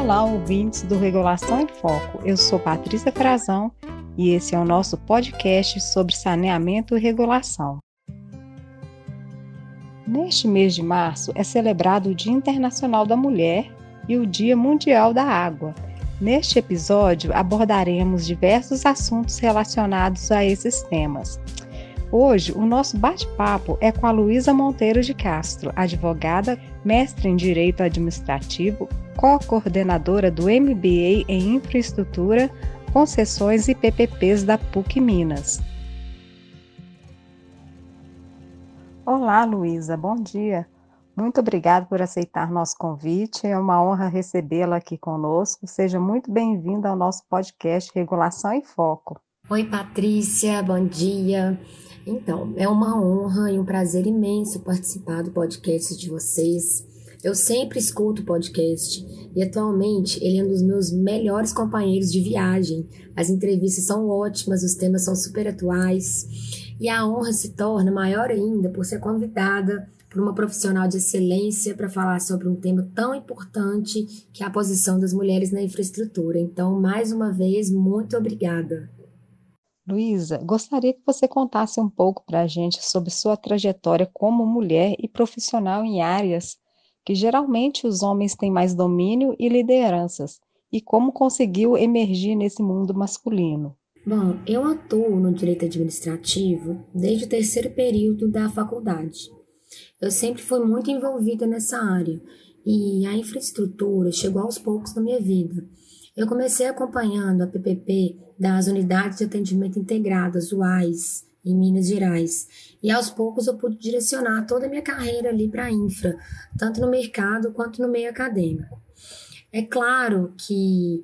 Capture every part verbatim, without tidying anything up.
Olá, ouvintes do Regulação em Foco. Eu sou Patrícia Frazão e esse é o nosso podcast sobre saneamento e regulação. Neste mês de março é celebrado o Dia Internacional da Mulher e o Dia Mundial da Água. Neste episódio abordaremos diversos assuntos relacionados a esses temas. Hoje, o nosso bate-papo é com a Luísa Monteiro de Castro, advogada, mestre em Direito Administrativo, co-coordenadora do M B A em Infraestrutura, Concessões e P P Ps da P U C Minas. Olá, Luísa, bom dia. Muito obrigada por aceitar nosso convite. É uma honra recebê-la aqui conosco. Seja muito bem-vinda ao nosso podcast Regulação em Foco. Oi, Patrícia, bom dia. Então, é uma honra e um prazer imenso participar do podcast de vocês. Eu sempre escuto o podcast e atualmente ele é um dos meus melhores companheiros de viagem. As entrevistas são ótimas, os temas são super atuais e a honra se torna maior ainda por ser convidada por uma profissional de excelência para falar sobre um tema tão importante que é a posição das mulheres na infraestrutura. Então, mais uma vez, muito obrigada. Luísa, gostaria que você contasse um pouco para a gente sobre sua trajetória como mulher e profissional em áreas que geralmente os homens têm mais domínio e lideranças, e como conseguiu emergir nesse mundo masculino. Bom, eu atuo no direito administrativo desde o terceiro período da faculdade. Eu sempre fui muito envolvida nessa área e a infraestrutura chegou aos poucos na minha vida. Eu comecei acompanhando a P P P das Unidades de Atendimento Integradas, U A Is, em Minas Gerais. E aos poucos eu pude direcionar toda a minha carreira ali para a infra, tanto no mercado quanto no meio acadêmico. É claro que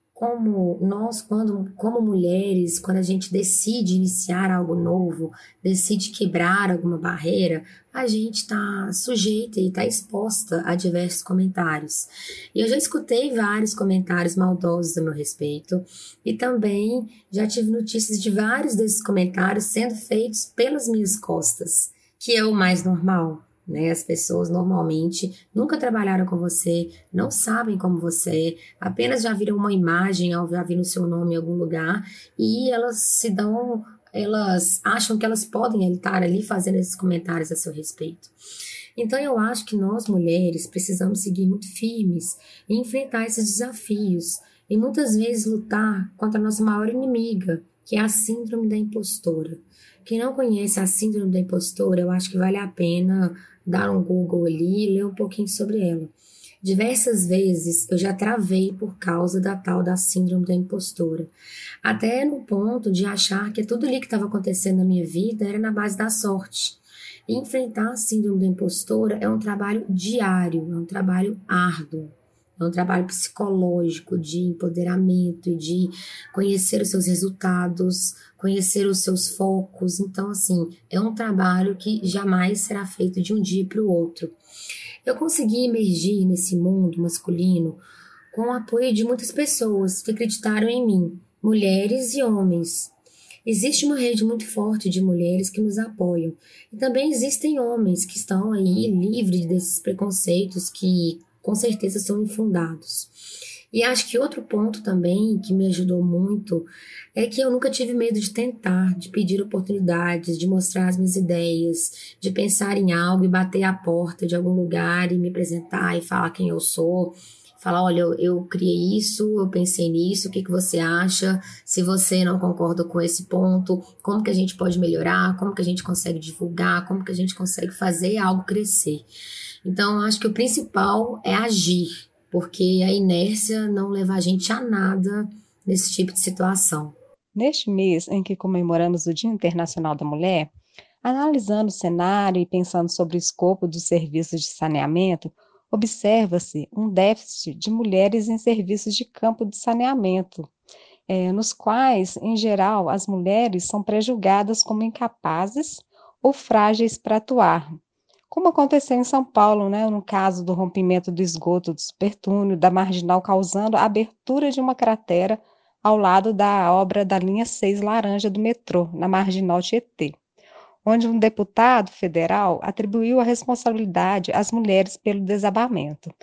como nós, quando, como mulheres, quando a gente decide iniciar algo novo, decide quebrar alguma barreira, a gente está sujeita e está exposta a diversos comentários. E eu já escutei vários comentários maldosos a meu respeito e também já tive notícias de vários desses comentários sendo feitos pelas minhas costas, que é o mais normal. Né? As pessoas normalmente nunca trabalharam com você, não sabem como você é, apenas já viram uma imagem ao já viram o seu nome em algum lugar e elas se dão, elas acham que elas podem estar ali fazendo esses comentários a seu respeito. Então eu acho que nós mulheres precisamos seguir muito firmes e enfrentar esses desafios e muitas vezes lutar contra a nossa maior inimiga, que é a síndrome da impostora. Quem não conhece a síndrome da impostora, eu acho que vale a pena dar um Google ali e ler um pouquinho sobre ela. Diversas vezes eu já travei por causa da tal da síndrome da impostora. Até no ponto de achar que tudo ali que estava acontecendo na minha vida era na base da sorte. E enfrentar a síndrome da impostora é um trabalho diário, é um trabalho árduo. É um trabalho psicológico de empoderamento e de conhecer os seus resultados, conhecer os seus focos. Então, assim, é um trabalho que jamais será feito de um dia para o outro. Eu consegui emergir nesse mundo masculino com o apoio de muitas pessoas que acreditaram em mim, mulheres e homens. Existe uma rede muito forte de mulheres que nos apoiam. E também existem homens que estão aí livres desses preconceitos que com certeza são infundados. E acho que outro ponto também que me ajudou muito é que eu nunca tive medo de tentar, de pedir oportunidades, de mostrar as minhas ideias, de pensar em algo e bater a porta de algum lugar e me apresentar e falar quem eu sou. Falar, olha, eu, eu criei isso, eu pensei nisso, o que, que você acha? Se você não concorda com esse ponto, como que a gente pode melhorar? Como que a gente consegue divulgar? Como que a gente consegue fazer algo crescer? Então, acho que o principal é agir, porque a inércia não leva a gente a nada nesse tipo de situação. Neste mês em que comemoramos o Dia Internacional da Mulher, analisando o cenário e pensando sobre o escopo dos serviços de saneamento, observa-se um déficit de mulheres em serviços de campo de saneamento, eh, nos quais, em geral, as mulheres são pré-julgadas como incapazes ou frágeis para atuar. Como aconteceu em São Paulo, né, no caso do rompimento do esgoto do Supertúnel, da Marginal, causando a abertura de uma cratera ao lado da obra da linha seis laranja do metrô, na Marginal Tietê, onde um deputado federal atribuiu a responsabilidade às mulheres pelo desabamento.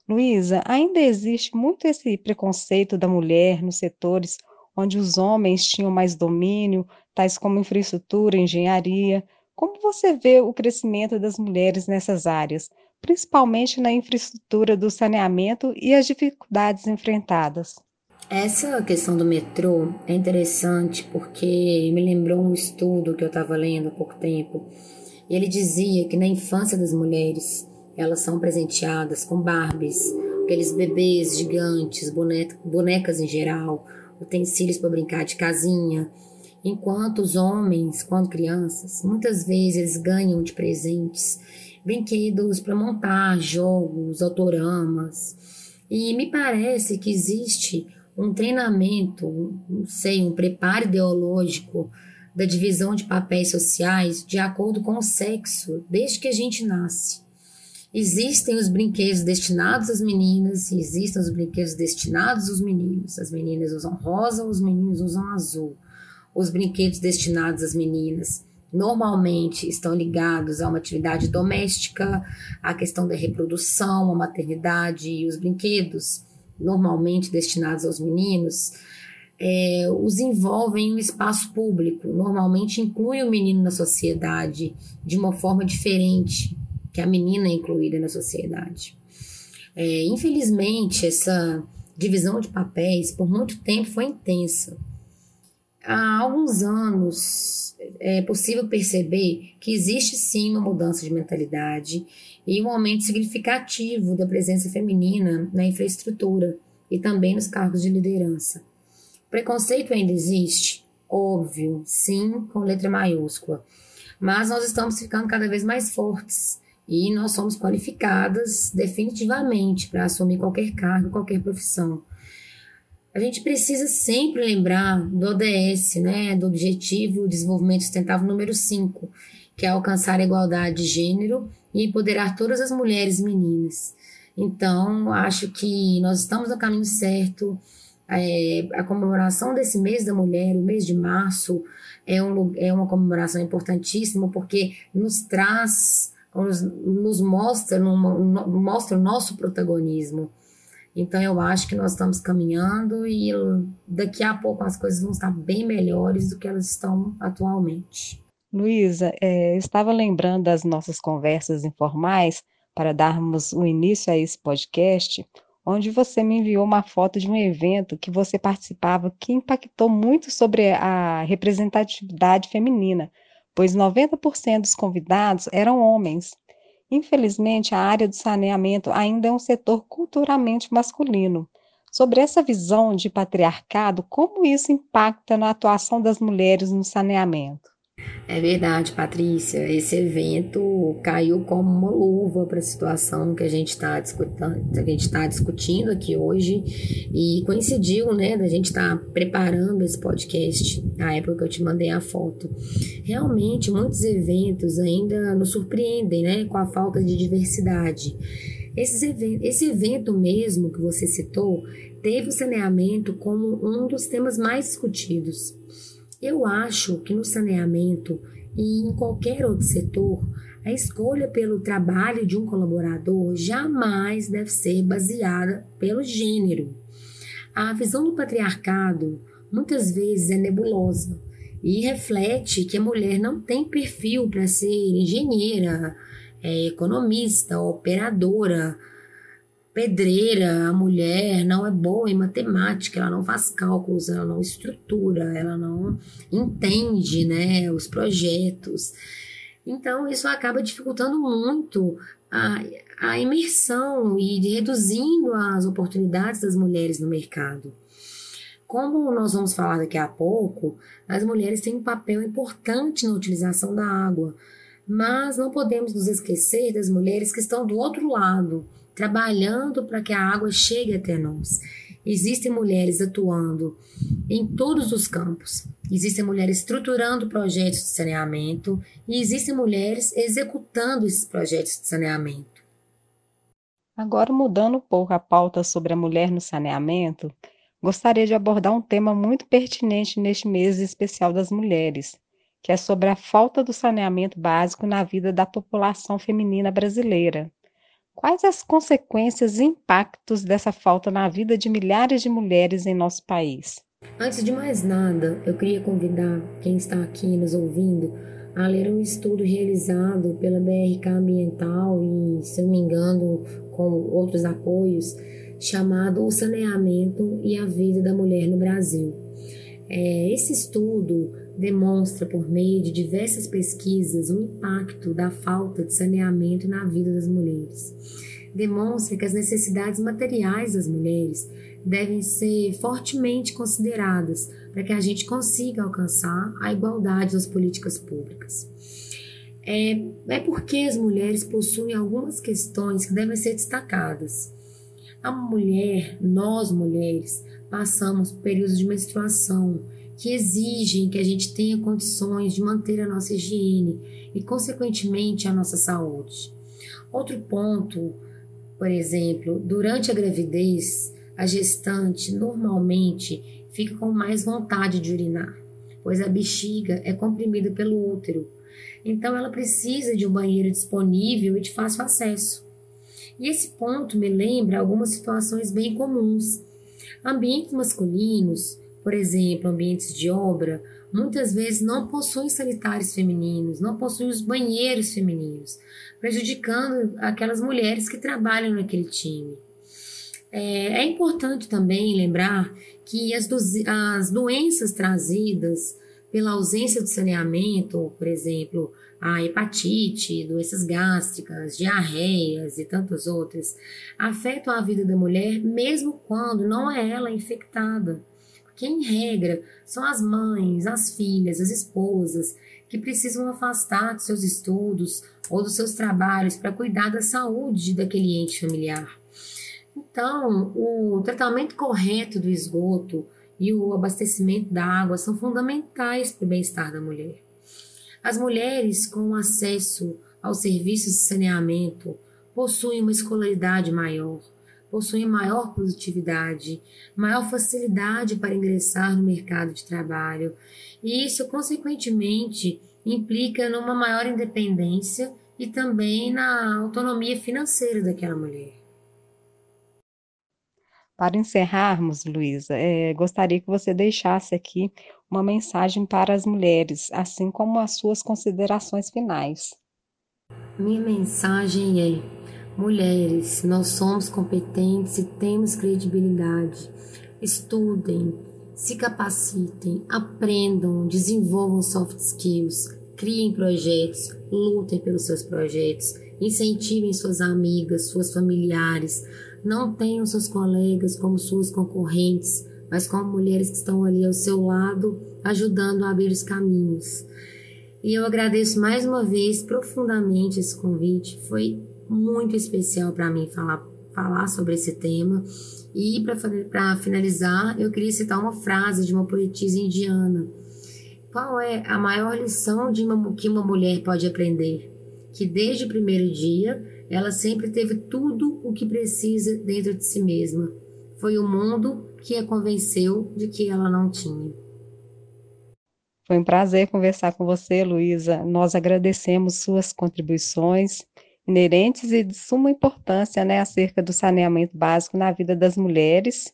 Luísa, ainda existe muito esse preconceito da mulher nos setores onde os homens tinham mais domínio, tais como infraestrutura, engenharia. Como você vê o crescimento das mulheres nessas áreas, principalmente na infraestrutura do saneamento e as dificuldades enfrentadas? Essa questão do metrô é interessante porque me lembrou um estudo que eu estava lendo há pouco tempo. E ele dizia que na infância das mulheres, elas são presenteadas com Barbies, aqueles bebês gigantes, bonecas em geral, utensílios para brincar de casinha, enquanto os homens, quando crianças, muitas vezes eles ganham de presentes brinquedos para montar, jogos, autoramas. E me parece que existe um treinamento, não sei, um preparo ideológico da divisão de papéis sociais de acordo com o sexo, desde que a gente nasce. Existem os brinquedos destinados às meninas e existem os brinquedos destinados aos meninos. As meninas usam rosa, os meninos usam azul. Os brinquedos destinados às meninas normalmente estão ligados a uma atividade doméstica, à questão da reprodução, à maternidade, e os brinquedos normalmente destinados aos meninos é, os envolvem em um espaço público, normalmente inclui o menino na sociedade de uma forma diferente que a menina é incluída na sociedade. É, infelizmente, essa divisão de papéis por muito tempo foi intensa. Há alguns anos é possível perceber que existe sim uma mudança de mentalidade e um aumento significativo da presença feminina na infraestrutura e também nos cargos de liderança. O preconceito ainda existe? Óbvio, sim, com letra maiúscula. Mas nós estamos ficando cada vez mais fortes e nós somos qualificadas definitivamente para assumir qualquer cargo, qualquer profissão. A gente precisa sempre lembrar do O D S, né, do Objetivo de Desenvolvimento Sustentável número cinco, que é alcançar a igualdade de gênero e empoderar todas as mulheres e meninas. Então, acho que nós estamos no caminho certo. É, a comemoração desse mês da mulher, o mês de março, é, um, é uma comemoração importantíssima porque nos traz, nos, nos mostra, no, mostra o nosso protagonismo. Então, eu acho que nós estamos caminhando e daqui a pouco as coisas vão estar bem melhores do que elas estão atualmente. Luísa, é, estava lembrando das nossas conversas informais para darmos o início a esse podcast, onde você me enviou uma foto de um evento que você participava que impactou muito sobre a representatividade feminina, pois noventa por cento dos convidados eram homens. Infelizmente, a área do saneamento ainda é um setor culturalmente masculino. Sobre essa visão de patriarcado, como isso impacta na atuação das mulheres no saneamento? É verdade, Patrícia. Esse evento caiu como uma luva para a situação que a gente está discutindo, a gente tá discutindo aqui hoje e coincidiu, né, da gente estar tá preparando esse podcast na época que eu te mandei a foto. Realmente, muitos eventos ainda nos surpreendem, né, com a falta de diversidade. Esses event- esse evento mesmo que você citou teve o saneamento como um dos temas mais discutidos. Eu acho que no saneamento e em qualquer outro setor, a escolha pelo trabalho de um colaborador jamais deve ser baseada pelo gênero. A visão do patriarcado muitas vezes é nebulosa e reflete que a mulher não tem perfil para ser engenheira, é, economista, operadora, pedreira. A mulher não é boa em matemática, ela não faz cálculos, ela não estrutura, ela não entende, né, os projetos. Então, isso acaba dificultando muito a, a imersão e reduzindo as oportunidades das mulheres no mercado. Como nós vamos falar daqui a pouco, as mulheres têm um papel importante na utilização da água, mas não podemos nos esquecer das mulheres que estão do outro lado, trabalhando para que a água chegue até nós. Existem mulheres atuando em todos os campos. Existem mulheres estruturando projetos de saneamento e existem mulheres executando esses projetos de saneamento. Agora, mudando um pouco a pauta sobre a mulher no saneamento, gostaria de abordar um tema muito pertinente neste mês especial das mulheres, que é sobre a falta do saneamento básico na vida da população feminina brasileira. Quais as consequências e impactos dessa falta na vida de milhares de mulheres em nosso país? Antes de mais nada, eu queria convidar quem está aqui nos ouvindo a ler um estudo realizado pela B R K Ambiental e, se não me engano, com outros apoios, chamado O Saneamento e a Vida da Mulher no Brasil. É, esse estudo demonstra, por meio de diversas pesquisas, o impacto da falta de saneamento na vida das mulheres. Demonstra que as necessidades materiais das mulheres devem ser fortemente consideradas para que a gente consiga alcançar a igualdade nas políticas públicas. É, é porque as mulheres possuem algumas questões que devem ser destacadas. A mulher, nós mulheres, passamos por períodos de menstruação que exigem que a gente tenha condições de manter a nossa higiene e, consequentemente, a nossa saúde. Outro ponto, por exemplo, durante a gravidez, a gestante normalmente fica com mais vontade de urinar, pois a bexiga é comprimida pelo útero. Então, ela precisa de um banheiro disponível e de fácil acesso. E esse ponto me lembra algumas situações bem comuns. Ambientes masculinos, por exemplo, ambientes de obra, muitas vezes não possuem sanitários femininos, não possuem os banheiros femininos, prejudicando aquelas mulheres que trabalham naquele time. É, é importante também lembrar que as, do, as doenças trazidas pela ausência de saneamento, por exemplo, a hepatite, doenças gástricas, diarreias e tantas outras, afetam a vida da mulher mesmo quando não é ela infectada. Porque, em regra, são as mães, as filhas, as esposas que precisam afastar dos seus estudos ou dos seus trabalhos para cuidar da saúde daquele ente familiar. Então, o tratamento correto do esgoto e o abastecimento da água são fundamentais para o bem-estar da mulher. As mulheres com acesso aos serviços de saneamento possuem uma escolaridade maior, possuem maior produtividade, maior facilidade para ingressar no mercado de trabalho, e isso, consequentemente, implica numa maior independência e também na autonomia financeira daquela mulher. Para encerrarmos, Luísa, eh, gostaria que você deixasse aqui uma mensagem para as mulheres, assim como as suas considerações finais. Minha mensagem é: mulheres, nós somos competentes e temos credibilidade. Estudem, se capacitem, aprendam, desenvolvam soft skills, criem projetos, lutem pelos seus projetos, incentivem suas amigas, suas familiares. Não tenham seus colegas como suas concorrentes, mas como mulheres que estão ali ao seu lado, ajudando a abrir os caminhos. E eu agradeço mais uma vez profundamente esse convite. Foi muito especial para mim falar, falar sobre esse tema. E para finalizar, eu queria citar uma frase de uma poetisa indiana. Qual é a maior lição de uma, que uma mulher pode aprender? Que desde o primeiro dia ela sempre teve tudo o que precisa dentro de si mesma. Foi o mundo que a convenceu de que ela não tinha. Foi um prazer conversar com você, Luísa. Nós agradecemos suas contribuições inerentes e de suma importância, né, acerca do saneamento básico na vida das mulheres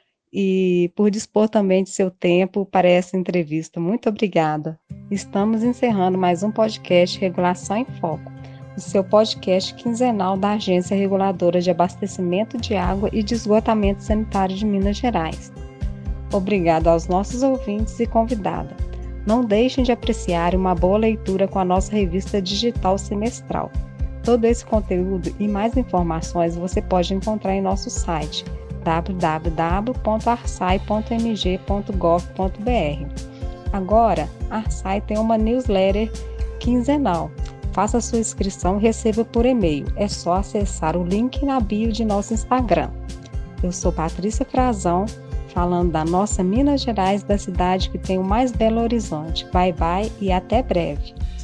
e por dispor também de seu tempo para essa entrevista. Muito obrigada. Estamos encerrando mais um podcast Regulação em Foco, o seu podcast quinzenal da Agência Reguladora de Abastecimento de Água e de Esgotamento Sanitário de Minas Gerais. Obrigado aos nossos ouvintes e convidada. Não deixem de apreciar uma boa leitura com a nossa revista digital semestral. Todo esse conteúdo e mais informações você pode encontrar em nosso site w w w ponto arsai ponto m g ponto gov ponto b r. Agora, a Arsai tem uma newsletter quinzenal. Faça sua inscrição e receba por e-mail. É só acessar o link na bio de nosso Instagram. Eu sou Patrícia Frazão, falando da nossa Minas Gerais, da cidade que tem o mais belo horizonte. Bye bye e até breve.